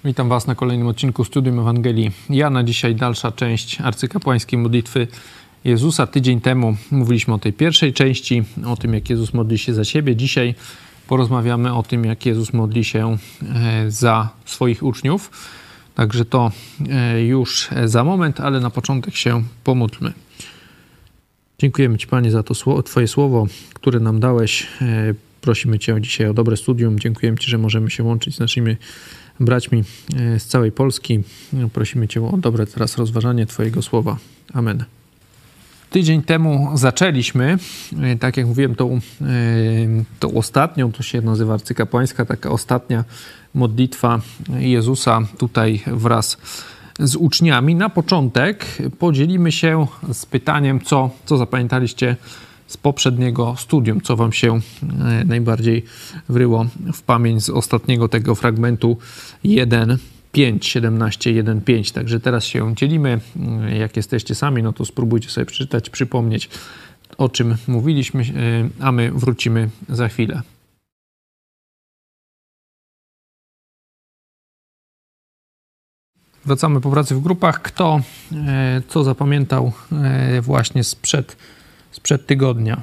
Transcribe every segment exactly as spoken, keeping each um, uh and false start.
Witam Was na kolejnym odcinku Studium Ewangelii Jana. Dzisiaj dalsza część arcykapłańskiej modlitwy Jezusa. Tydzień temu mówiliśmy o tej pierwszej części, o tym, jak Jezus modli się za siebie. Dzisiaj porozmawiamy o tym, jak Jezus modli się za swoich uczniów. Także to już za moment, ale na początek się pomódlmy. Dziękujemy Ci, Panie, za to Twoje słowo, które nam dałeś. Prosimy Cię dzisiaj o dobre studium. Dziękujemy Ci, że możemy się łączyć z naszymi braćmi z całej Polski. Prosimy Cię o dobre teraz rozważanie Twojego słowa. Amen. Tydzień temu zaczęliśmy, tak jak mówiłem, tą, tą ostatnią, to się nazywa arcykapłańska, taka ostatnia modlitwa Jezusa tutaj wraz z uczniami. Na początek podzielimy się z pytaniem, co, co zapamiętaliście z poprzedniego studium, co wam się najbardziej wryło w pamięć z ostatniego tego fragmentu jeden pięć, siedemnaście jeden pięć. Także teraz się dzielimy. Jak jesteście sami, no to spróbujcie sobie przeczytać, przypomnieć, o czym mówiliśmy, a my wrócimy za chwilę. Wracamy po pracy w grupach. Kto co zapamiętał właśnie sprzed sprzed tygodnia?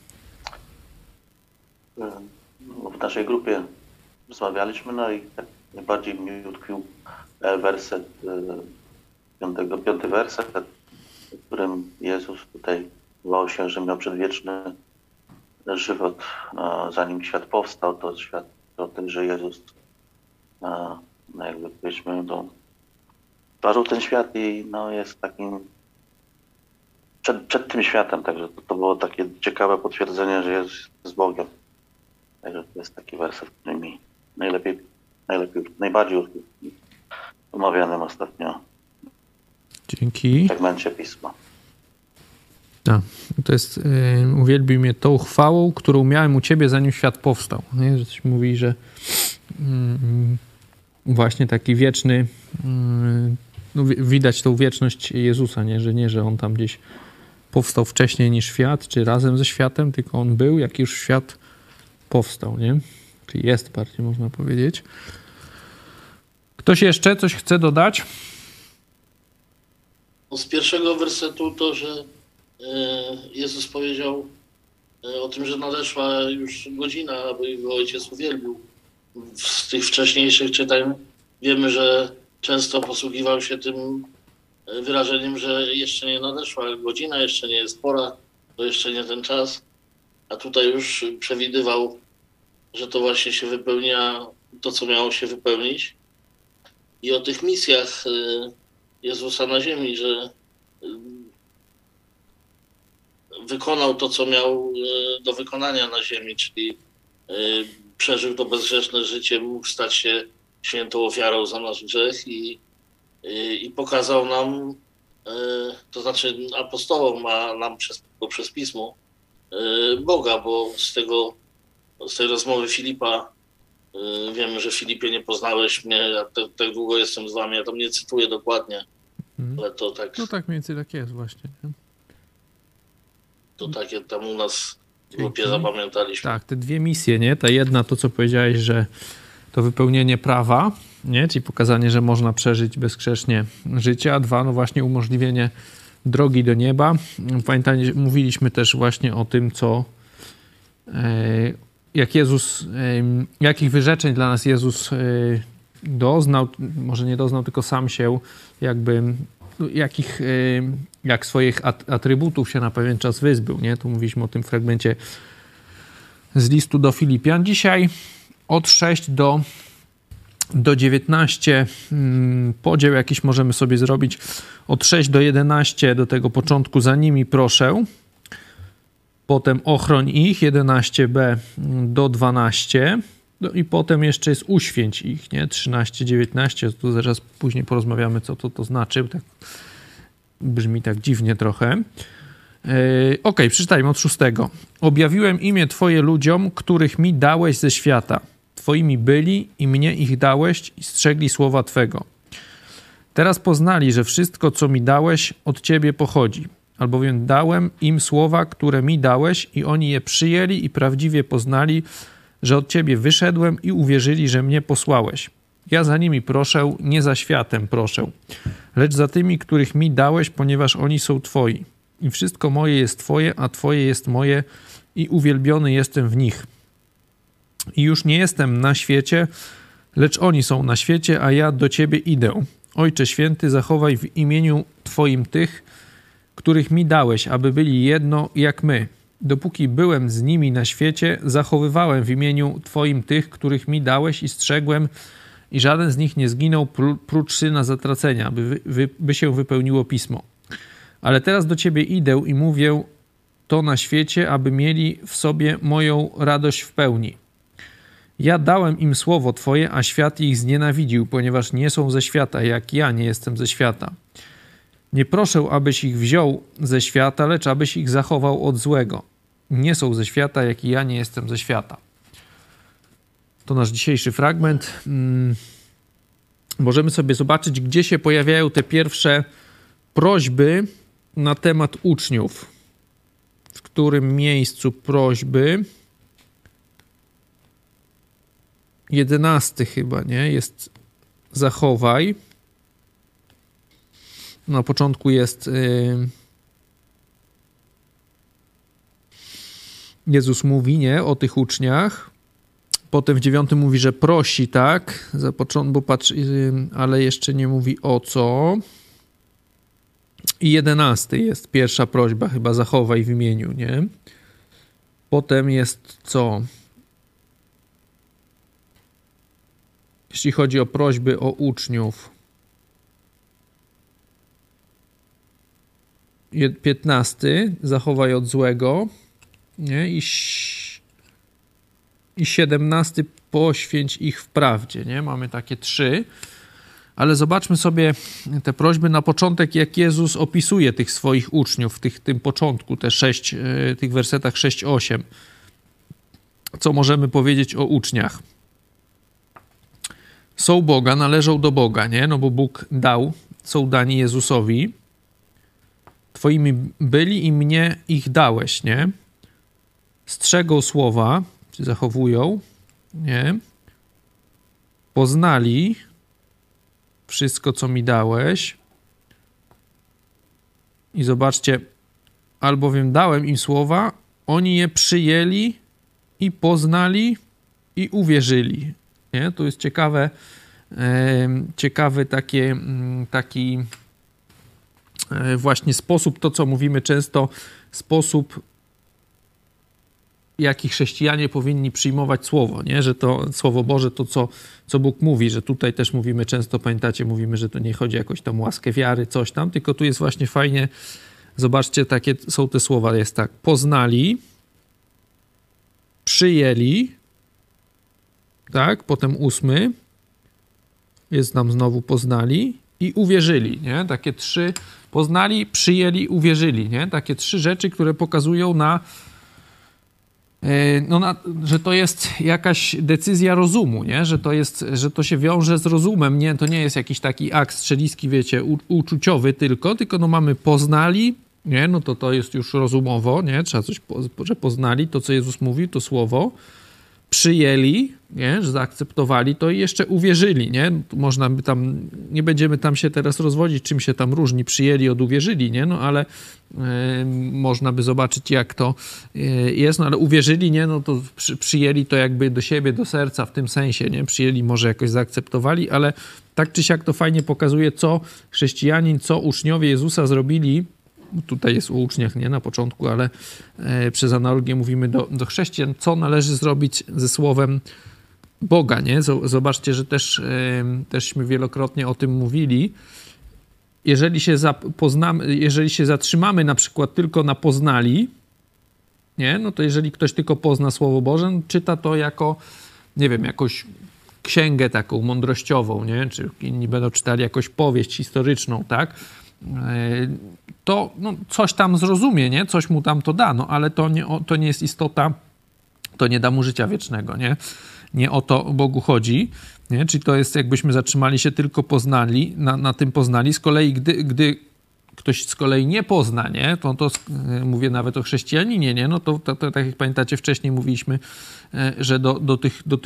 W naszej grupie rozmawialiśmy, no i tak najbardziej mi utkwił werset, piątego, piąty werset, w którym Jezus tutaj wołał się, że miał przedwieczny żywot, zanim świat powstał. To świat o tym, że Jezus, no jakby powiedzmy, no, stworzył ten świat i no, jest takim Przed, przed tym światem, także to, to było takie ciekawe potwierdzenie, że Jezus jest Bogiem. Także to jest taki werset, który mi najlepiej, najlepiej, najbardziej omawianym ostatnio. Dzięki. W fragmencie Pisma. Tak, to jest, yy, uwielbił mnie tą chwałą, którą miałem u Ciebie, zanim świat powstał. Nie? Że coś mówi, że yy, właśnie taki wieczny, yy, no, widać tą wieczność Jezusa, nie? Że nie, że On tam gdzieś powstał wcześniej niż świat, czy razem ze światem, tylko on był, jak już świat powstał, nie? Czyli jest bardziej, można powiedzieć. Ktoś jeszcze coś chce dodać? Z pierwszego wersetu to, że Jezus powiedział o tym, że nadeszła już godzina, aby go Ojciec uwielbił. Z tych wcześniejszych czytań wiemy, że często posługiwał się tym wyrażeniem, że jeszcze nie nadeszła godzina, jeszcze nie jest pora, to jeszcze nie ten czas, a tutaj już przewidywał, że to właśnie się wypełnia to, co miało się wypełnić. I o tych misjach Jezusa na ziemi, że wykonał to, co miał do wykonania na ziemi, czyli przeżył to bezgrzeszne życie, mógł stać się świętą ofiarą za nasz grzech i I pokazał nam, to znaczy apostołom, a nam przez, poprzez Pismo, Boga, bo z tego, z tej rozmowy Filipa wiemy, że Filipie, nie poznałeś mnie, ja tak, tak długo jestem z wami, ja tam nie cytuję dokładnie, hmm. ale to tak... No tak mniej więcej tak jest właśnie. Nie? To takie tam u nas w grupie zapamiętaliśmy. Tak, te dwie misje, nie? Ta jedna, to co powiedziałeś, że to wypełnienie prawa, nie? Czyli pokazanie, że można przeżyć bezgrzecznie życie, a dwa, no właśnie umożliwienie drogi do nieba. Pamiętajcie, mówiliśmy też właśnie o tym, co jak Jezus, jakich wyrzeczeń dla nas Jezus doznał, może nie doznał, tylko sam się jakby, jakich, jak swoich atrybutów się na pewien czas wyzbył, nie? Tu mówiliśmy o tym fragmencie z listu do Filipian. Dzisiaj od sześć do do dziewiętnaście podział jakiś możemy sobie zrobić. Od sześć do jedenaście do tego początku za nimi proszę. Potem ochroń ich, jedenaście b do dwanaście. No i potem jeszcze jest uświęć ich, nie? trzynaście dziewiętnaście. Tu zaraz później porozmawiamy, co to, to znaczy. Tak brzmi tak dziwnie trochę. Yy, ok, przeczytajmy od szóstego. Objawiłem imię Twoje ludziom, których mi dałeś ze świata. Twoimi byli i mnie ich dałeś i strzegli słowa Twego. Teraz poznali, że wszystko, co mi dałeś, od Ciebie pochodzi. Albowiem dałem im słowa, które mi dałeś i oni je przyjęli i prawdziwie poznali, że od Ciebie wyszedłem i uwierzyli, że mnie posłałeś. Ja za nimi proszę, nie za światem proszę, lecz za tymi, których mi dałeś, ponieważ oni są Twoi. I wszystko moje jest Twoje, a Twoje jest moje i uwielbiony jestem w nich. I już nie jestem na świecie, lecz oni są na świecie, a ja do Ciebie idę. Ojcze Święty, zachowaj w imieniu Twoim tych, których mi dałeś, aby byli jedno jak my. Dopóki byłem z nimi na świecie, zachowywałem w imieniu Twoim tych, których mi dałeś i strzegłem, i żaden z nich nie zginął prócz syna zatracenia, by, wy, wy, by się wypełniło pismo. Ale teraz do Ciebie idę i mówię to na świecie, aby mieli w sobie moją radość w pełni. Ja dałem im słowo Twoje, a świat ich znienawidził, ponieważ nie są ze świata, jak ja nie jestem ze świata. Nie proszę, abyś ich wziął ze świata, lecz abyś ich zachował od złego. Nie są ze świata, jak i ja nie jestem ze świata. To nasz dzisiejszy fragment. Hmm. Możemy sobie zobaczyć, gdzie się pojawiają te pierwsze prośby na temat uczniów. W którym miejscu prośby? Jedenasty chyba, nie? Jest zachowaj. Na początku jest yy, Jezus mówi, nie? O tych uczniach. Potem w dziewiątym mówi, że prosi, tak? Za początku, bo patrz, yy, ale jeszcze nie mówi o co. I jedenasty jest pierwsza prośba, chyba zachowaj w imieniu, nie? Potem jest co? Jeśli chodzi o prośby o uczniów. piętnasty, zachowaj od złego. Nie? I, i siedemnasty, poświęć ich w prawdzie. Nie? Mamy takie trzy. Ale zobaczmy sobie te prośby na początek, jak Jezus opisuje tych swoich uczniów w tych, tym początku, te sześć, tych wersetach sześć osiem. Co możemy powiedzieć o uczniach? Są Boga, należą do Boga, nie? No bo Bóg dał, są dani Jezusowi. Twoimi byli i mnie ich dałeś, nie? Strzegą słowa, czy zachowują, nie? Poznali wszystko, co mi dałeś. I zobaczcie, albowiem dałem im słowa, oni je przyjęli i poznali i uwierzyli. Nie? To jest ciekawe, e, ciekawy takie, taki e, właśnie sposób, to co mówimy często, sposób, jaki chrześcijanie powinni przyjmować słowo, nie? Że to Słowo Boże, to co, co Bóg mówi, że tutaj też mówimy często, pamiętacie, mówimy, że to nie chodzi o jakąś tam łaskę wiary, coś tam, tylko tu jest właśnie fajnie, zobaczcie, takie są te słowa, jest tak, poznali, przyjęli, tak, potem ósmy, jest nam znowu poznali i uwierzyli, nie? Takie trzy, poznali, przyjęli, uwierzyli, nie? Takie trzy rzeczy, które pokazują na No, na, że to jest jakaś decyzja rozumu, nie? Że to jest, że to się wiąże z rozumem, nie? To nie jest jakiś taki akt strzelicki, wiecie, u, uczuciowy tylko, tylko no mamy poznali, nie? No to to jest już rozumowo, nie? Trzeba coś, że poznali to, co Jezus mówił, to słowo, przyjęli, nie? Że zaakceptowali to i jeszcze uwierzyli, nie? Można by tam, nie będziemy tam się teraz rozwodzić, czym się tam różni, przyjęli od uwierzyli, nie? No ale y, można by zobaczyć, jak to y, jest, no ale uwierzyli, nie? No to przy, przyjęli to jakby do siebie, do serca w tym sensie, nie? Przyjęli, może jakoś zaakceptowali, ale tak czy siak to fajnie pokazuje, co chrześcijanin, co uczniowie Jezusa zrobili. Tutaj jest o uczniach, nie na początku, ale e, przez analogię mówimy do, do chrześcijan, co należy zrobić ze słowem Boga, nie? Zobaczcie, że też, e, teżśmy wielokrotnie o tym mówili. Jeżeli się, zapoznamy, jeżeli się zatrzymamy na przykład tylko na poznali, nie? No to jeżeli ktoś tylko pozna Słowo Boże, no czyta to jako, nie wiem, jakąś księgę taką mądrościową, nie? Czy inni będą czytali jakąś powieść historyczną, tak? To no, coś tam zrozumie, nie? Coś mu tam to da, no ale to nie, to nie jest istota, to nie da mu życia wiecznego, nie? Nie o to Bogu chodzi, nie? Czyli to jest, jakbyśmy zatrzymali się tylko poznali, na, na tym poznali. Z kolei, gdy, gdy ktoś z kolei nie pozna, nie? To, to mówię nawet o chrześcijaninie, nie? No to, to, to tak jak pamiętacie, wcześniej mówiliśmy, że do, do tych, do tych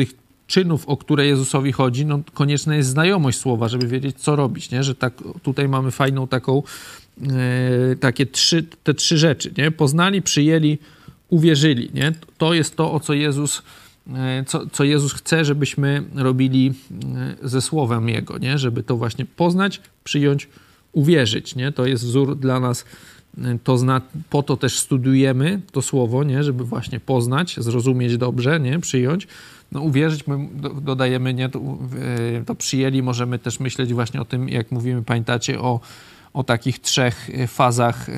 czynów, o które Jezusowi chodzi, no konieczna jest znajomość słowa, żeby wiedzieć, co robić, nie? Że tak tutaj mamy fajną taką, e, takie trzy, te trzy rzeczy, nie? Poznali, przyjęli, uwierzyli, nie? To jest to, o co Jezus, e, co, co Jezus chce, żebyśmy robili e, ze słowem Jego, nie? Żeby to właśnie poznać, przyjąć, uwierzyć, nie? To jest wzór dla nas. To zna, po to też studiujemy to słowo, nie? Żeby właśnie poznać, zrozumieć dobrze, nie? Przyjąć. No uwierzyć, my dodajemy, nie? To, to przyjęli, możemy też myśleć właśnie o tym, jak mówimy, pamiętacie, o, o takich trzech fazach,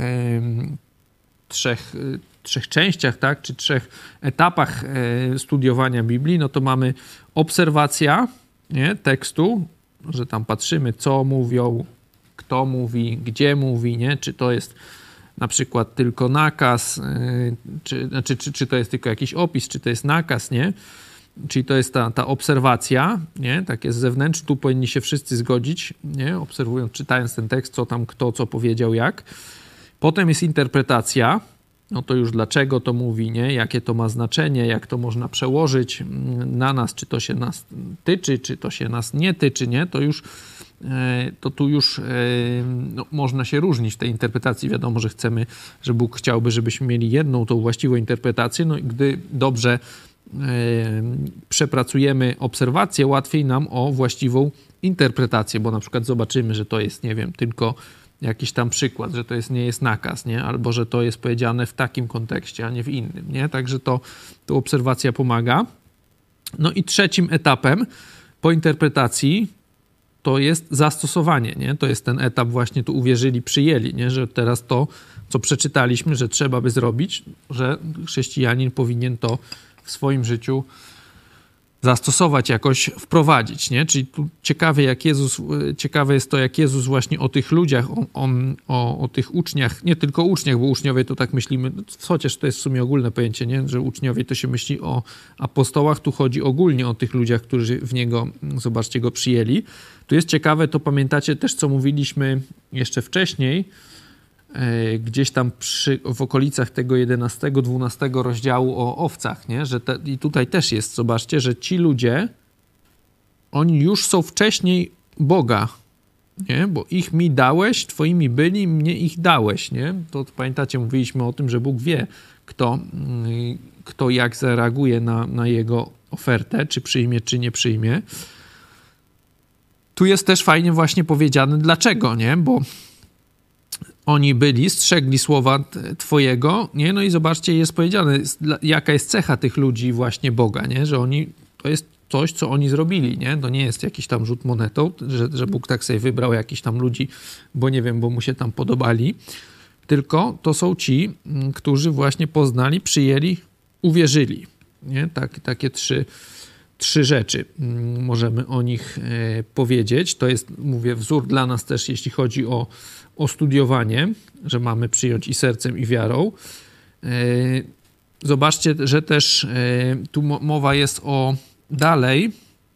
trzech, trzech częściach, tak? Czy trzech etapach studiowania Biblii. No to mamy obserwacja, nie? Tekstu, że tam patrzymy, co mówią, kto mówi, gdzie mówi, nie? Czy to jest na przykład tylko nakaz, yy, czy, znaczy, czy, czy to jest tylko jakiś opis, czy to jest nakaz, nie? Czyli to jest ta, ta obserwacja, nie? Takie z zewnątrz, tu powinni się wszyscy zgodzić, nie? Obserwując, czytając ten tekst, co tam kto, co powiedział, jak. Potem jest interpretacja, no to już dlaczego to mówi, nie? Jakie to ma znaczenie, jak to można przełożyć na nas, czy to się nas tyczy, czy to się nas nie tyczy, nie? To już to tu już no, można się różnić w tej interpretacji. Wiadomo, że chcemy, że Bóg chciałby, żebyśmy mieli jedną, tą właściwą interpretację. No i gdy dobrze e, przepracujemy obserwację, łatwiej nam o właściwą interpretację, bo na przykład zobaczymy, że to jest, nie wiem, tylko jakiś tam przykład, że to jest, nie jest nakaz, nie? Albo że to jest powiedziane w takim kontekście, a nie w innym, nie? Także to, to obserwacja pomaga. No i trzecim etapem po interpretacji to jest zastosowanie, nie? To jest ten etap właśnie, tu uwierzyli, przyjęli, nie? Że teraz to, co przeczytaliśmy, że trzeba by zrobić, że chrześcijanin powinien to w swoim życiu zastosować, jakoś wprowadzić, nie? Czyli tu ciekawe, jak Jezus, ciekawe jest to, jak Jezus właśnie o tych ludziach, o, o, o, o tych uczniach, nie tylko uczniach, bo uczniowie to tak myślimy, chociaż to jest w sumie ogólne pojęcie, nie? Że uczniowie to się myśli o apostołach, tu chodzi ogólnie o tych ludziach, którzy w Niego, zobaczcie, Go przyjęli. Tu jest ciekawe, to pamiętacie też, co mówiliśmy jeszcze wcześniej, yy, gdzieś tam przy, w okolicach tego jedenastego, dwunastego rozdziału o owcach, nie? Że te, i tutaj też jest, zobaczcie, że ci ludzie, oni już są wcześniej Boga, nie? Bo ich mi dałeś, twoimi byli, mnie ich dałeś, nie? To pamiętacie, mówiliśmy o tym, że Bóg wie, kto, yy, kto jak zareaguje na, na Jego ofertę, czy przyjmie, czy nie przyjmie. Tu jest też fajnie właśnie powiedziane, dlaczego, nie? Bo oni byli, strzegli słowa Twojego, nie? No i zobaczcie, jest powiedziane, jaka jest cecha tych ludzi właśnie Boga, nie? Że oni, to jest coś, co oni zrobili, nie? To nie jest jakiś tam rzut monetą, że, że Bóg tak sobie wybrał jakichś tam ludzi, bo nie wiem, bo mu się tam podobali, tylko to są ci, którzy właśnie poznali, przyjęli, uwierzyli, nie? Tak, takie trzy Trzy rzeczy możemy o nich e, powiedzieć. To jest, mówię, wzór dla nas też, jeśli chodzi o, o studiowanie, że mamy przyjąć i sercem, i wiarą. E, zobaczcie, że też e, tu mowa jest o dalej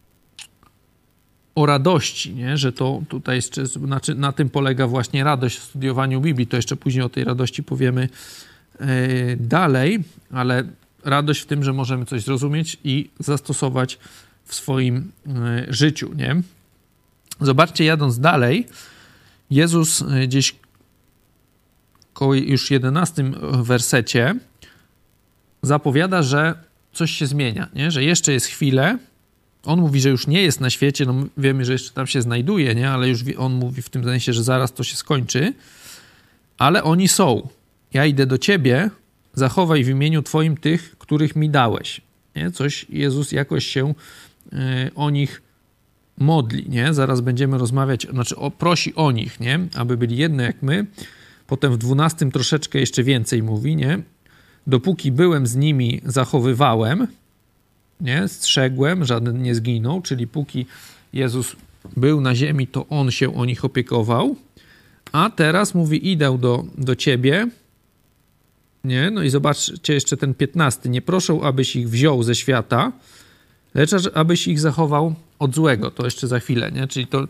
o radości, nie? Że to tutaj jeszcze, znaczy na tym polega właśnie radość w studiowaniu Biblii. To jeszcze później o tej radości powiemy e, dalej, ale radość w tym, że możemy coś zrozumieć i zastosować w swoim y, życiu, nie? Zobaczcie, jadąc dalej, Jezus y, gdzieś koło już jedenastym wersecie zapowiada, że coś się zmienia, nie? Że jeszcze jest chwilę. On mówi, że już nie jest na świecie, no wiemy, że jeszcze tam się znajduje, nie? Ale już on mówi w tym sensie, że zaraz to się skończy, ale oni są. Ja idę do Ciebie, zachowaj w imieniu Twoim tych, których mi dałeś. Nie? Coś Jezus jakoś się y, o nich modli, nie? Zaraz będziemy rozmawiać, znaczy o, prosi o nich, nie? Aby byli jedne jak my. Potem w dwunastym troszeczkę jeszcze więcej mówi, nie? Dopóki byłem z nimi, zachowywałem, nie? Strzegłem, żaden nie zginął, czyli póki Jezus był na ziemi, to On się o nich opiekował. A teraz mówi, idę do, do Ciebie, nie? No i zobaczcie jeszcze ten piętnasty. Nie proszę, abyś ich wziął ze świata, lecz abyś ich zachował od złego. To jeszcze za chwilę, nie? Czyli to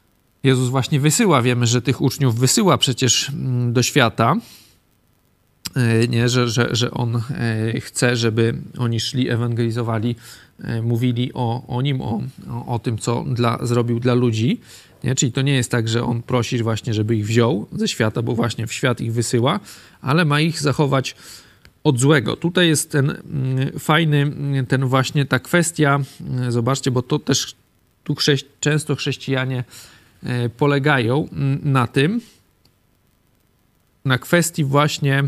Jezus właśnie wysyła. Wiemy, że tych uczniów wysyła przecież do świata. nie, że, że, że on chce, żeby oni szli, ewangelizowali, mówili o, o nim, o, o tym, co dla, zrobił dla ludzi. Nie? Czyli to nie jest tak, że on prosi właśnie, żeby ich wziął ze świata, bo właśnie w świat ich wysyła, ale ma ich zachować od złego. Tutaj jest ten fajny, ten właśnie ta kwestia, zobaczcie, bo to też tu chrześci- często chrześcijanie polegają na tym, na kwestii właśnie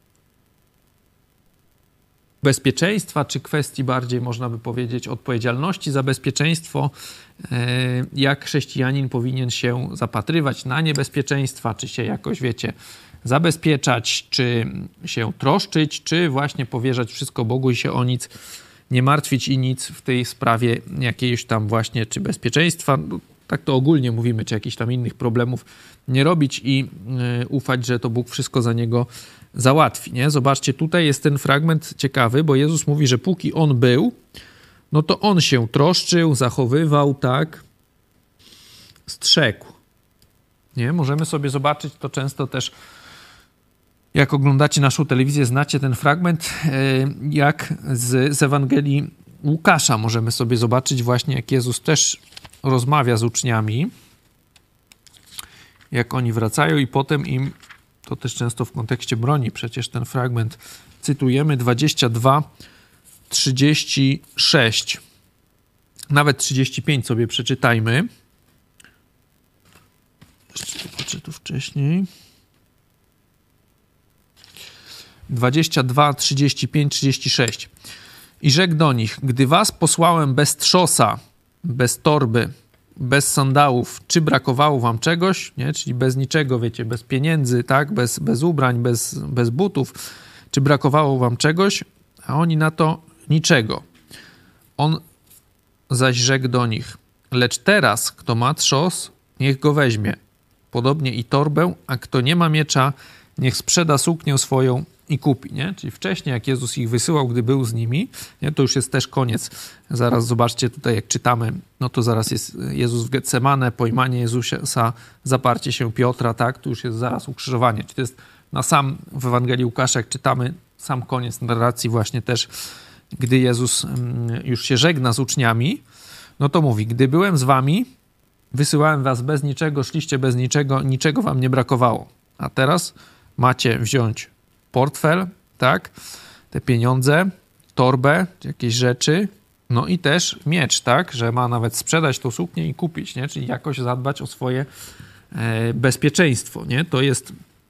bezpieczeństwa, czy kwestii bardziej, można by powiedzieć, odpowiedzialności za bezpieczeństwo, jak chrześcijanin powinien się zapatrywać na niebezpieczeństwa, czy się jakoś, wiecie, zabezpieczać, czy się troszczyć, czy właśnie powierzać wszystko Bogu i się o nic nie martwić i nic w tej sprawie jakiejś tam właśnie, czy bezpieczeństwa, no, tak to ogólnie mówimy, czy jakichś tam innych problemów nie robić i y, ufać, że to Bóg wszystko za niego załatwi, nie? Zobaczcie, tutaj jest ten fragment ciekawy, bo Jezus mówi, że póki On był, no to On się troszczył, zachowywał, tak, strzegł. Nie? Możemy sobie zobaczyć to często też, jak oglądacie naszą telewizję, znacie ten fragment, jak z, z Ewangelii Łukasza możemy sobie zobaczyć właśnie, jak Jezus też rozmawia z uczniami, jak oni wracają i potem im, to też często w kontekście broni, przecież ten fragment cytujemy, dwadzieścia dwa, trzydzieści sześć, nawet trzydzieści pięć sobie przeczytajmy. Jeszcze zobaczę tu wcześniej. dwadzieścia dwa, trzydzieści pięć, trzydzieści sześć. I rzekł do nich, gdy was posłałem bez trzosa, bez torby, bez sandałów, czy brakowało wam czegoś, nie? Czyli bez niczego, wiecie, bez pieniędzy, tak? bez, bez ubrań, bez, bez butów, czy brakowało wam czegoś? A oni na to niczego. On zaś rzekł do nich, lecz teraz, kto ma trzos, niech go weźmie. Podobnie i torbę, a kto nie ma miecza, niech sprzeda suknię swoją i kupi, nie? Czyli wcześniej, jak Jezus ich wysyłał, gdy był z nimi, nie? To już jest też koniec. Zaraz zobaczcie tutaj, jak czytamy, no to zaraz jest Jezus w Getsemane, pojmanie Jezusa, zaparcie się Piotra, tak? Tu już jest zaraz ukrzyżowanie. Czyli to jest na sam w Ewangelii Łukasza, jak czytamy, sam koniec narracji właśnie też, gdy Jezus już się żegna z uczniami, no to mówi, gdy byłem z wami, wysyłałem was bez niczego, szliście bez niczego, niczego wam nie brakowało. A teraz macie wziąć portfel, tak, te pieniądze, torbę, jakieś rzeczy, no i też miecz, tak, że ma nawet sprzedać tą suknię i kupić, nie, czyli jakoś zadbać o swoje e, bezpieczeństwo, nie, to jest,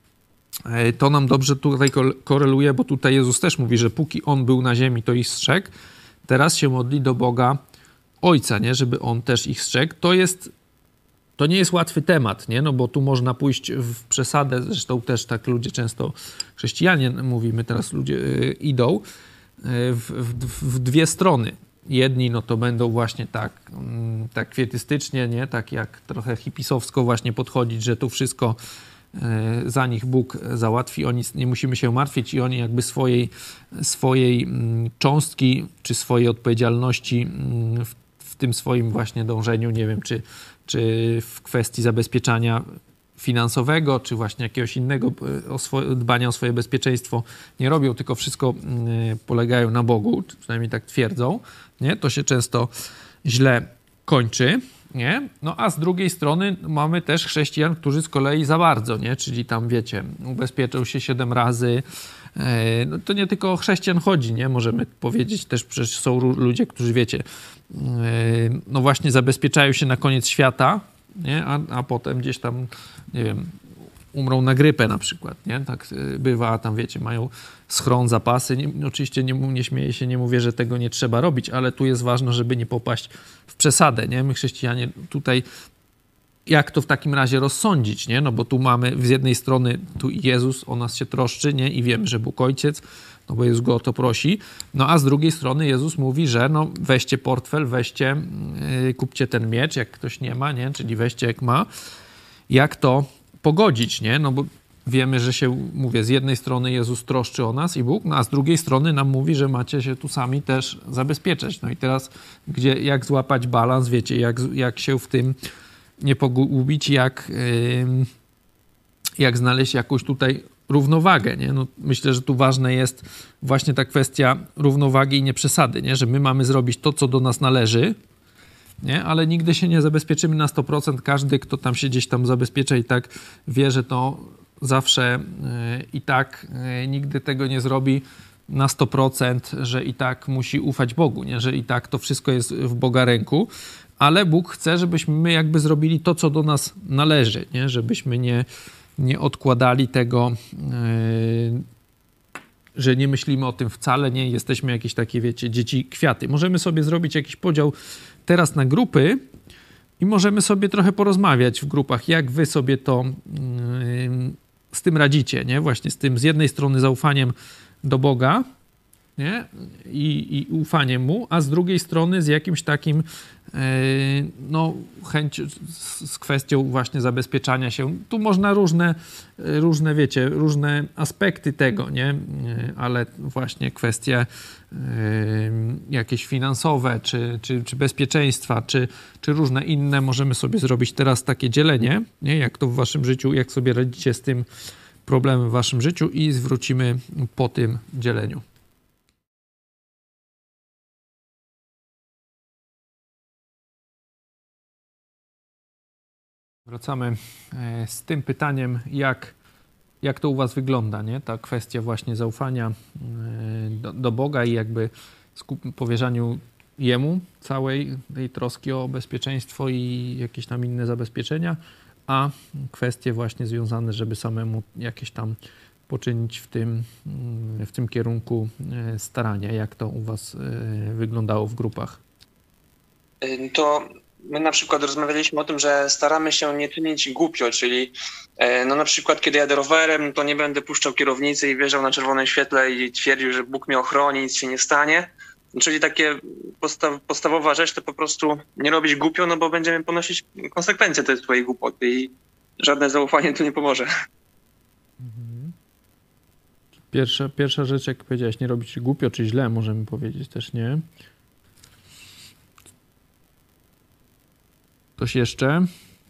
e, to nam dobrze tutaj koreluje, bo tutaj Jezus też mówi, że póki On był na ziemi, to ich strzegł, teraz się modli do Boga Ojca, nie, żeby On też ich strzegł, to jest To nie jest łatwy temat, nie? No bo tu można pójść w przesadę, zresztą też tak ludzie często, chrześcijanie mówimy teraz, ludzie yy, idą yy, w, w, w dwie strony. Jedni no to będą właśnie tak, yy, tak kwietystycznie, nie? Tak jak trochę hipisowsko właśnie podchodzić, że tu wszystko yy, za nich Bóg załatwi, oni nie musimy się martwić i oni jakby swojej, swojej yy, cząstki czy swojej odpowiedzialności yy, w, w tym swoim właśnie dążeniu, nie wiem, czy czy w kwestii zabezpieczania finansowego, czy właśnie jakiegoś innego o swoje, dbania o swoje bezpieczeństwo nie robią, tylko wszystko y, polegają na Bogu, czy przynajmniej tak twierdzą, nie? To się często źle kończy, nie? No a z drugiej strony mamy też chrześcijan, którzy z kolei za bardzo, nie? Czyli tam, wiecie, ubezpieczą się siedem razy. Y, no to nie tylko o chrześcijan chodzi, nie? Możemy powiedzieć też, przecież są ludzie, którzy, wiecie, no właśnie zabezpieczają się na koniec świata, nie? A, a potem gdzieś tam, nie wiem, umrą na grypę na przykład, nie? Tak bywa, a tam wiecie, mają schron, zapasy. Nie, oczywiście nie, nie śmieję się, nie mówię, że tego nie trzeba robić, ale tu jest ważne, żeby nie popaść w przesadę, nie? My chrześcijanie tutaj, jak to w takim razie rozsądzić, nie? No bo tu mamy z jednej strony tu Jezus o nas się troszczy, nie? I wiemy, że Bóg Ojciec, no bo Jezus go o to prosi, no a z drugiej strony Jezus mówi, że no weźcie portfel, weźcie, yy, kupcie ten miecz, jak ktoś nie ma, nie? Czyli weźcie jak ma. Jak to pogodzić, nie? No bo wiemy, że się, mówię, z jednej strony Jezus troszczy o nas i Bóg, no a z drugiej strony nam mówi, że macie się tu sami też zabezpieczać. No i teraz, gdzie, jak złapać balans, wiecie, jak, jak się w tym nie pogubić, jak, yy, jak znaleźć jakąś tutaj równowagę, nie? No, myślę, że tu ważna jest właśnie ta kwestia równowagi i nieprzesady, nie? Że my mamy zrobić to, co do nas należy, nie? Ale nigdy się nie zabezpieczymy na sto procent. Każdy, kto tam się gdzieś tam zabezpiecza i tak wie, że to zawsze yy, i tak yy, nigdy tego nie zrobi na sto procent, że i tak musi ufać Bogu, nie? Że i tak to wszystko jest w Boga ręku, ale Bóg chce, żebyśmy my jakby zrobili to, co do nas należy, nie? Żebyśmy nie, nie odkładali tego, yy, że nie myślimy o tym wcale, nie jesteśmy jakieś takie, wiecie, dzieci kwiaty. Możemy sobie zrobić jakiś podział teraz na grupy i możemy sobie trochę porozmawiać w grupach, jak wy sobie to yy, z tym radzicie, nie? Właśnie z tym z jednej strony zaufaniem do Boga, nie? I, i ufaniem Mu, a z drugiej strony z jakimś takim yy, no chęć z, z kwestią właśnie zabezpieczania się. Tu można różne, różne wiecie, różne aspekty tego, nie? Yy, ale właśnie kwestie yy, jakieś finansowe, czy, czy, czy bezpieczeństwa, czy, czy różne inne możemy sobie zrobić teraz takie dzielenie, nie? Jak to w waszym życiu, jak sobie radzicie z tym problemem w waszym życiu i zwrócimy po tym dzieleniu. Wracamy z tym pytaniem, jak, jak to u was wygląda, nie? Ta kwestia właśnie zaufania do, do Boga i jakby skup- powierzaniu Jemu całej tej troski o bezpieczeństwo i jakieś tam inne zabezpieczenia, a kwestie właśnie związane, żeby samemu jakieś tam poczynić w tym, w tym kierunku starania. Jak to u was wyglądało w grupach? To my na przykład rozmawialiśmy o tym, że staramy się nie czynić głupio, czyli no na przykład kiedy jadę rowerem, to nie będę puszczał kierownicy i wjeżdżał na czerwonym świetle i twierdził, że Bóg mnie ochroni, nic się nie stanie. Czyli takie posta- podstawowa rzecz to po prostu nie robić głupio, no bo będziemy ponosić konsekwencje tej swojej głupoty i żadne zaufanie tu nie pomoże. Pierwsza, pierwsza rzecz, jak powiedziałeś, nie robić głupio czy źle, możemy powiedzieć też, nie? Coś jeszcze?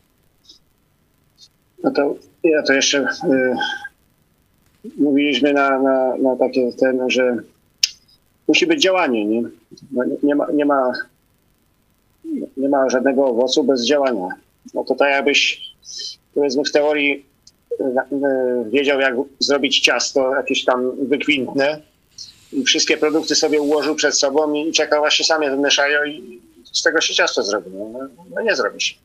No to ja to jeszcze y, mówiliśmy na, na, na takie ten, że musi być działanie, nie? No, nie, nie, ma, nie, ma, nie ma żadnego owocu bez działania. No to tak jakbyś, powiedzmy w teorii y, y, wiedział, jak zrobić ciasto jakieś tam wykwintne i wszystkie produkty sobie ułożył przed sobą i czekał, aż się same wymieszają i z tego się ciasto zrobi. No, no nie zrobi się.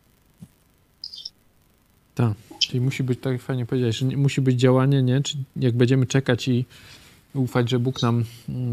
Tak, czyli musi być, tak fajnie powiedziałeś, że musi być działanie, nie? Czy jak będziemy czekać i ufać, że Bóg nam,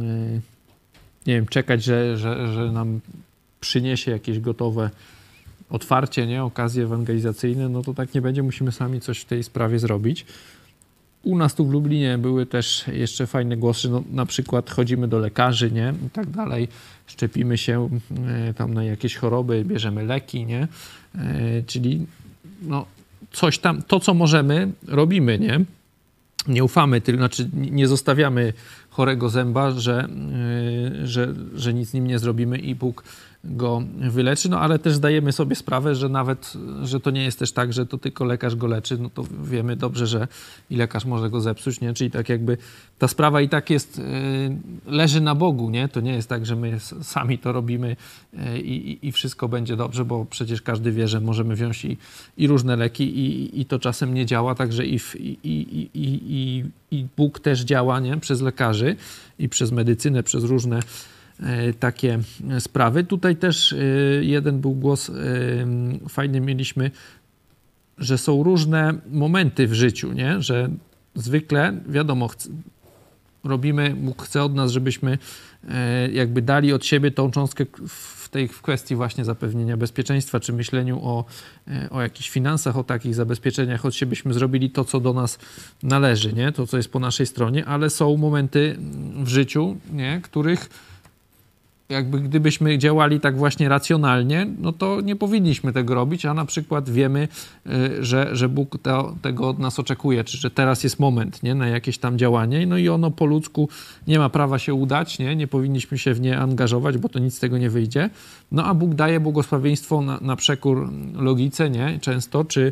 nie wiem, czekać, że, że, że nam przyniesie jakieś gotowe otwarcie, nie? Okazje ewangelizacyjne, no to tak nie będzie, musimy sami coś w tej sprawie zrobić. U nas tu w Lublinie były też jeszcze fajne głosy, no, na przykład chodzimy do lekarzy, nie? I tak dalej, szczepimy się y, tam na jakieś choroby, bierzemy leki, nie? Y, czyli no, coś tam, to co możemy, robimy, nie? Nie ufamy, tylko, znaczy nie zostawiamy chorego zęba, że, yy, że, że nic z nim nie zrobimy i Bóg go wyleczy, no ale też zdajemy sobie sprawę, że nawet, że to nie jest też tak, że to tylko lekarz go leczy, no to wiemy dobrze, że i lekarz może go zepsuć, nie? Czyli tak jakby ta sprawa i tak jest, yy, leży na Bogu, nie? To nie jest tak, że my sami to robimy yy, i, i wszystko będzie dobrze, bo przecież każdy wie, że możemy wziąć i, i różne leki i, i to czasem nie działa, także i, w, i, i, i, i, i Bóg też działa, nie? Przez lekarzy i przez medycynę, przez różne takie sprawy. Tutaj też jeden był głos, fajny mieliśmy, że są różne momenty w życiu, nie? Że zwykle, wiadomo, chc- robimy, Bóg chce od nas, żebyśmy jakby dali od siebie tą cząstkę w tej w kwestii właśnie zapewnienia bezpieczeństwa, czy myśleniu o, o jakichś finansach, o takich zabezpieczeniach od siebie, byśmy zrobili to, co do nas należy, nie? To, co jest po naszej stronie, ale są momenty w życiu, nie? Których jakby gdybyśmy działali tak właśnie racjonalnie, no to nie powinniśmy tego robić, a na przykład wiemy, że, że Bóg to, tego od nas oczekuje, czy że teraz jest moment, nie, na jakieś tam działanie, no i ono po ludzku nie ma prawa się udać, nie, nie powinniśmy się w nie angażować, bo to nic z tego nie wyjdzie, no a Bóg daje błogosławieństwo na, na przekór logice, nie, często, czy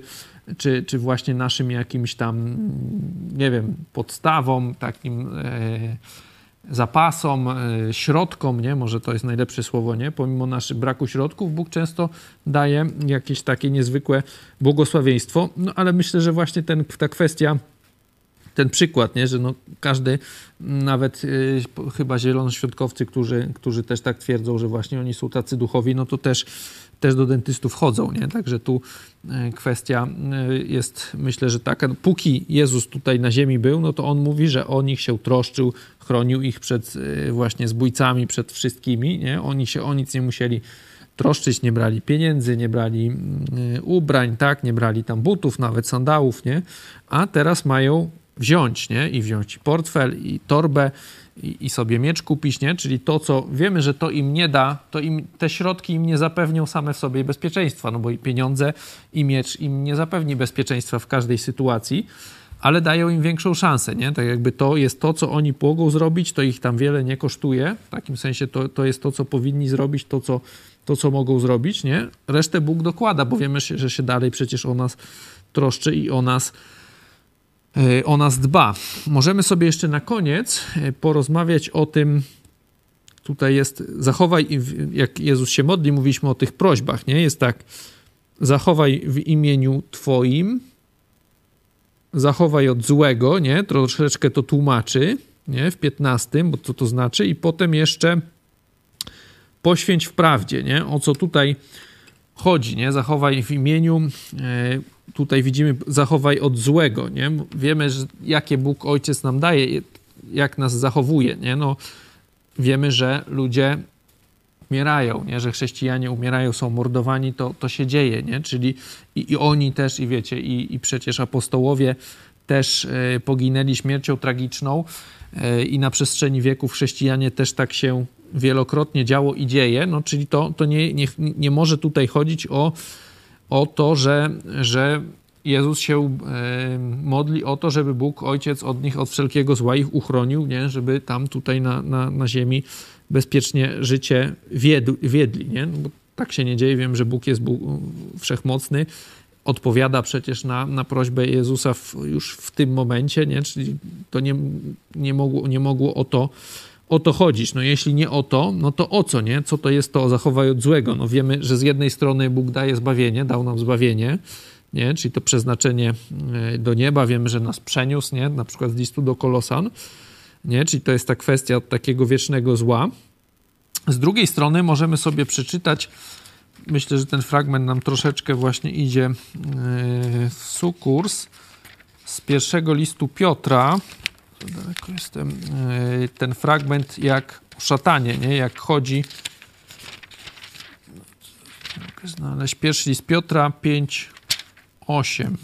czy, czy właśnie naszym jakimś tam, nie wiem, podstawom, takim e, zapasom, e, środkom, nie? Może to jest najlepsze słowo, nie? Pomimo naszego braku środków, Bóg często daje jakieś takie niezwykłe błogosławieństwo, no ale myślę, że właśnie ten, ta kwestia, ten przykład, nie? Że no każdy, nawet y, chyba zielonoświątkowcy, którzy, którzy też tak twierdzą, że właśnie oni są tacy duchowi, no to też, też do dentystów chodzą, nie? Także tu y, kwestia y, jest, myślę, że taka, póki Jezus tutaj na ziemi był, no to on mówi, że o nich się troszczył, chronił ich przed y, właśnie zbójcami, przed wszystkimi, nie? Oni się o nic nie musieli troszczyć, nie brali pieniędzy, nie brali y, ubrań, tak? Nie brali tam butów, nawet sandałów, nie? A teraz mają wziąć, nie? I wziąć portfel, i torbę, i, i sobie miecz kupić, nie? Czyli to, co wiemy, że to im nie da, to im te środki im nie zapewnią same w sobie bezpieczeństwa, no bo i pieniądze, i miecz im nie zapewni bezpieczeństwa w każdej sytuacji, ale dają im większą szansę, nie? Tak jakby to jest to, co oni mogą zrobić, to ich tam wiele nie kosztuje, w takim sensie to, to jest to, co powinni zrobić, to co, to, co mogą zrobić, nie? Resztę Bóg dokłada, bo wiemy, że się dalej przecież o nas troszczy i o nas o nas dba. Możemy sobie jeszcze na koniec porozmawiać o tym, tutaj jest zachowaj, jak Jezus się modli, mówiliśmy o tych prośbach, nie? Jest tak, zachowaj w imieniu Twoim, zachowaj od złego, nie? Troszeczkę to tłumaczy, nie? W piętnastym, bo co to znaczy, i potem jeszcze poświęć w prawdzie, nie? O co tutaj chodzi, nie? Zachowaj w imieniu, e, tutaj widzimy, zachowaj od złego, nie? Wiemy, że jakie Bóg Ojciec nam daje, jak nas zachowuje, nie? No, wiemy, że ludzie umierają, nie? Że chrześcijanie umierają, są mordowani, to, to się dzieje, nie? Czyli i, i oni też, i wiecie, i, i przecież apostołowie też e, poginęli śmiercią tragiczną e, i na przestrzeni wieków chrześcijanie też tak się wielokrotnie działo i dzieje, no czyli to, to nie, nie, nie może tutaj chodzić o, o to, że, że Jezus się e, modli o to, żeby Bóg Ojciec od nich, od wszelkiego zła ich uchronił, nie? Żeby tam tutaj na, na, na ziemi bezpiecznie życie wiedł, wiedli, nie? No bo tak się nie dzieje. Wiem, że Bóg jest Bóg wszechmocny, odpowiada przecież na, na prośbę Jezusa w, już w tym momencie, nie? Czyli to nie, nie, mogło, nie mogło o to o to chodzić. No jeśli nie o to, no to o co, nie? Co to jest to zachowaj od złego? No wiemy, że z jednej strony Bóg daje zbawienie, dał nam zbawienie, nie? Czyli to przeznaczenie do nieba. Wiemy, że nas przeniósł, nie? Na przykład z listu do Kolosan, nie? Czyli to jest ta kwestia takiego wiecznego zła. Z drugiej strony możemy sobie przeczytać, myślę, że ten fragment nam troszeczkę właśnie idzie w sukurs z pierwszego listu Piotra. Daleko jestem. Ten fragment jak szatanie, nie? Jak chodzi. Mogę znaleźć. Pierwszy list Piotra pięć, osiem.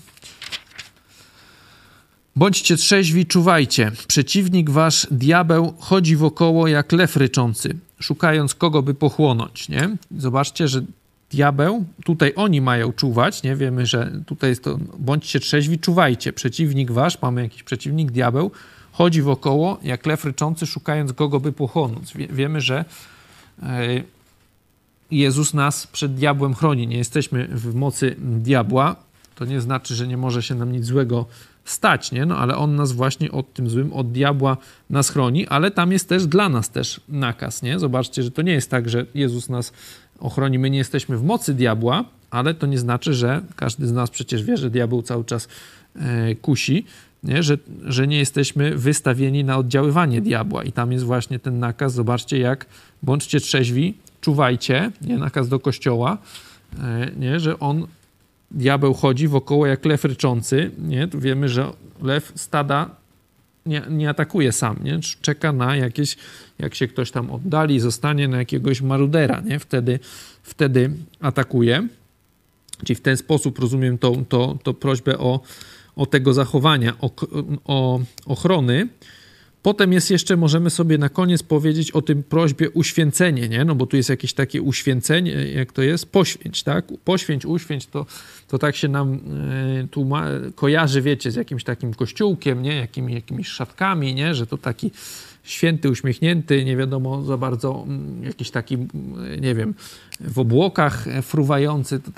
Bądźcie trzeźwi, czuwajcie. Przeciwnik wasz, diabeł, chodzi wokoło jak lew ryczący, szukając kogo by pochłonąć, nie? Zobaczcie, że diabeł, tutaj oni mają czuwać, nie? Wiemy, że tutaj jest to, bądźcie trzeźwi, czuwajcie. Przeciwnik wasz, mamy jakiś przeciwnik, diabeł, chodzi wokoło jak lew ryczący, szukając kogo by pochłonąć. Wie, wiemy, że e, Jezus nas przed diabłem chroni. Nie jesteśmy w mocy diabła. To nie znaczy, że nie może się nam nic złego stać, nie? No ale on nas właśnie od tym złym, od diabła nas chroni, ale tam jest też dla nas też nakaz, nie? Zobaczcie, że to nie jest tak, że Jezus nas ochroni. My nie jesteśmy w mocy diabła, ale to nie znaczy, że każdy z nas przecież wie, że diabeł cały czas e, kusi, nie? Że, że nie jesteśmy wystawieni na oddziaływanie diabła. I tam jest właśnie ten nakaz. Zobaczcie, jak bądźcie trzeźwi, czuwajcie, nie? Nakaz do Kościoła, e, nie? Że on, diabeł chodzi wokoło jak lew ryczący, nie? Tu wiemy, że lew stada nie, nie atakuje sam, nie? Czeka na jakieś, jak się ktoś tam oddali, zostanie na jakiegoś marudera, nie? Wtedy, wtedy atakuje. Czyli w ten sposób rozumiem tą to, to prośbę o, o tego zachowania, o, o ochrony. Potem jest jeszcze, możemy sobie na koniec powiedzieć o tym prośbie uświęcenie, nie? No bo tu jest jakieś takie uświęcenie, jak to jest? Poświęć, tak? Poświęć, uświęć, to, to tak się nam y, tu ma, kojarzy, wiecie, z jakimś takim kościółkiem, nie? Jakimi, jakimiś szatkami, nie? Że to taki święty, uśmiechnięty, nie wiadomo za bardzo, jakiś taki, nie wiem, w obłokach fruwający, to tak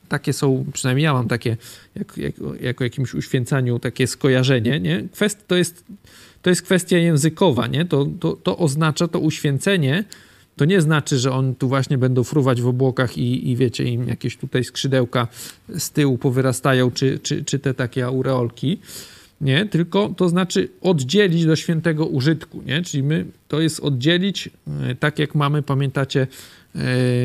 takie są, przynajmniej ja mam takie, jak, jak, jako jakimś uświęcaniu, takie skojarzenie, nie? Kwest, to, jest, to jest kwestia językowa, nie? To, to, to oznacza, to uświęcenie, to nie znaczy, że oni tu właśnie będą fruwać w obłokach i, i wiecie, im jakieś tutaj skrzydełka z tyłu powyrastają, czy, czy, czy te takie aureolki, nie? Tylko to znaczy oddzielić do świętego użytku, nie? Czyli my, to jest oddzielić, tak jak mamy, pamiętacie, yy,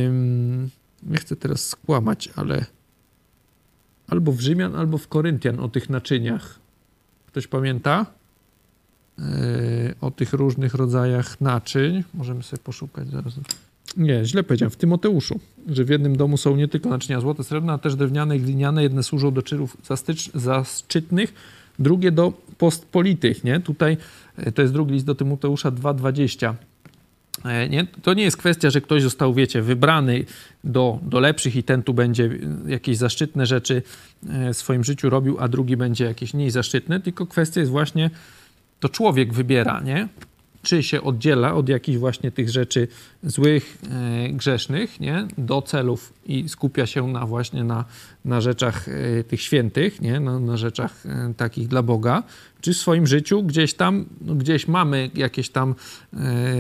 nie chcę teraz skłamać, ale albo w Rzymian, albo w Koryntian o tych naczyniach. Ktoś pamięta? Yy, o tych różnych rodzajach naczyń. Możemy sobie poszukać zaraz. Nie, źle powiedziałem. W Tymoteuszu, że w jednym domu są nie tylko naczynia złote, srebrne, a też drewniane i gliniane. Jedne służą do czynów zaszczytnych, drugie do pospolitych, nie? Tutaj to jest drugi list do Tymoteusza dwa dwadzieścia. Nie? To nie jest kwestia, że ktoś został, wiecie, wybrany do, do lepszych i ten tu będzie jakieś zaszczytne rzeczy w swoim życiu robił, a drugi będzie jakieś mniej zaszczytne, tylko kwestia jest właśnie, to człowiek wybiera, nie? Czy się oddziela od jakichś właśnie tych rzeczy złych, e, grzesznych, nie? Do celów i skupia się na właśnie na, na rzeczach e, tych świętych, nie? Na, na rzeczach e, takich dla Boga, czy w swoim życiu gdzieś tam, no gdzieś mamy jakieś tam e,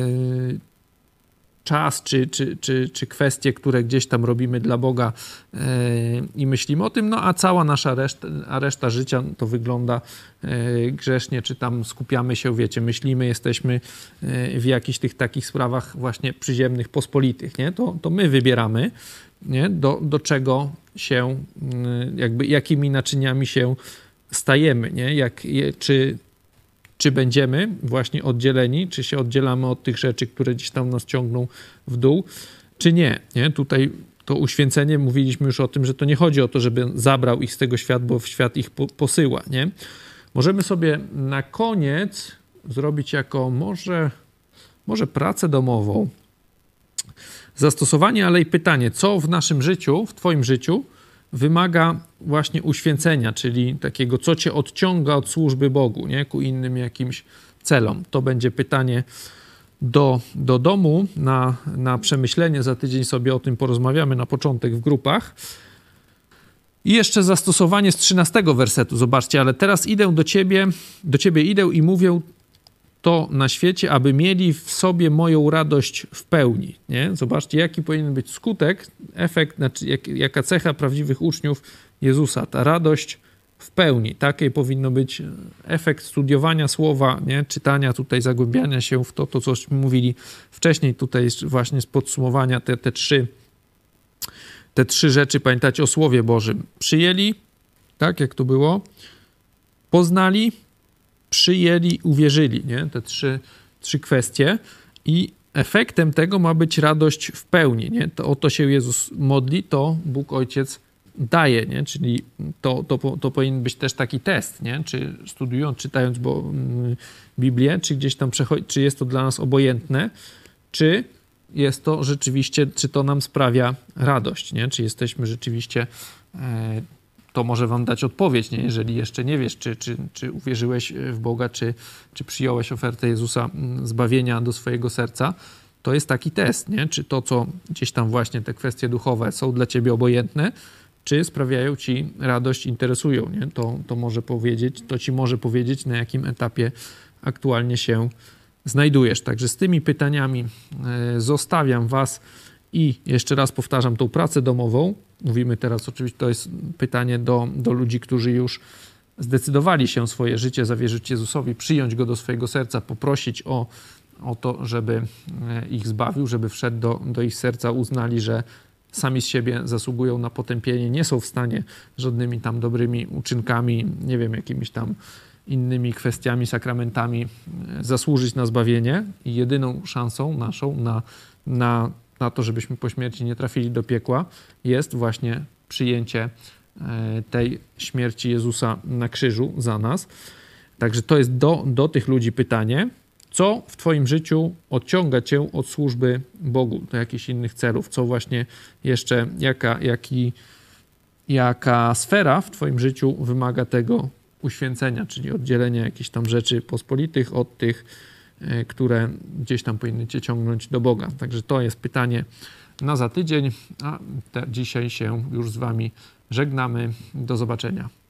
czas, czy, czy, czy, czy kwestie, które gdzieś tam robimy dla Boga yy, i myślimy o tym, no a cała nasza reszta, a reszta życia to wygląda yy, grzesznie, czy tam skupiamy się, wiecie, myślimy, jesteśmy yy, w jakichś tych takich sprawach właśnie przyziemnych, pospolitych, nie? To, to my wybieramy, nie? Do, do czego się, yy, jakby jakimi naczyniami się stajemy, nie? Jak, je, czy Czy będziemy właśnie oddzieleni, czy się oddzielamy od tych rzeczy, które gdzieś tam nas ciągną w dół, czy nie, nie? Tutaj to uświęcenie, mówiliśmy już o tym, że to nie chodzi o to, żeby zabrał ich z tego świata, bo w świat ich po, posyła, nie? Możemy sobie na koniec zrobić jako może, może pracę domową, zastosowanie, ale i pytanie, co w naszym życiu, w twoim życiu wymaga właśnie uświęcenia, czyli takiego, co cię odciąga od służby Bogu, nie? Ku innym jakimś celom. To będzie pytanie do, do domu, na, na przemyślenie. Za tydzień sobie o tym porozmawiamy na początek w grupach. I jeszcze zastosowanie z trzynastego wersetu. Zobaczcie, ale teraz idę do ciebie, do ciebie idę i mówię to na świecie, aby mieli w sobie moją radość w pełni. Nie? Zobaczcie, jaki powinien być skutek, efekt, znaczy jak, jaka cecha prawdziwych uczniów Jezusa. Ta radość w pełni. Taki powinno być efekt studiowania słowa, nie? Czytania tutaj, zagłębiania się w to, to cośmy mówili wcześniej. Tutaj właśnie z podsumowania te, te trzy te trzy rzeczy, pamiętacie o Słowie Bożym. Przyjęli, tak jak to było, poznali, przyjęli, uwierzyli, nie? Te trzy, trzy kwestie i efektem tego ma być radość w pełni, nie? To o to się Jezus modli, to Bóg Ojciec daje, nie? Czyli to, to, to powinien być też taki test, nie? Czy studiując, czytając bo, mm, Biblię, czy gdzieś tam przechodzi, czy jest to dla nas obojętne, czy jest to rzeczywiście, czy to nam sprawia radość, nie? Czy jesteśmy rzeczywiście e, to może wam dać odpowiedź, nie? Jeżeli jeszcze nie wiesz, czy, czy, czy uwierzyłeś w Boga, czy, czy przyjąłeś ofertę Jezusa zbawienia do swojego serca, to jest taki test, nie? Czy to, co gdzieś tam właśnie te kwestie duchowe są dla ciebie obojętne, czy sprawiają ci radość, interesują, nie? To, to może powiedzieć, to ci może powiedzieć, na jakim etapie aktualnie się znajdujesz. Także z tymi pytaniami zostawiam was i jeszcze raz powtarzam tą pracę domową. Mówimy teraz oczywiście, to jest pytanie do, do ludzi, którzy już zdecydowali się swoje życie zawierzyć Jezusowi, przyjąć Go do swojego serca, poprosić o, o to, żeby ich zbawił, żeby wszedł do, do ich serca, uznali, że sami z siebie zasługują na potępienie, nie są w stanie żadnymi tam dobrymi uczynkami, nie wiem, jakimiś tam innymi kwestiami, sakramentami zasłużyć na zbawienie i jedyną szansą naszą na, na, na to, żebyśmy po śmierci nie trafili do piekła, jest właśnie przyjęcie tej śmierci Jezusa na krzyżu za nas. Także to jest do, do tych ludzi pytanie, co w twoim życiu odciąga cię od służby Bogu do jakichś innych celów, co właśnie jeszcze, jaka, jaki, jaka sfera w twoim życiu wymaga tego uświęcenia, czyli oddzielenia jakichś tam rzeczy pospolitych od tych które gdzieś tam powinny cię ciągnąć do Boga. Także to jest pytanie na za tydzień, a te, dzisiaj się już z wami żegnamy. Do zobaczenia.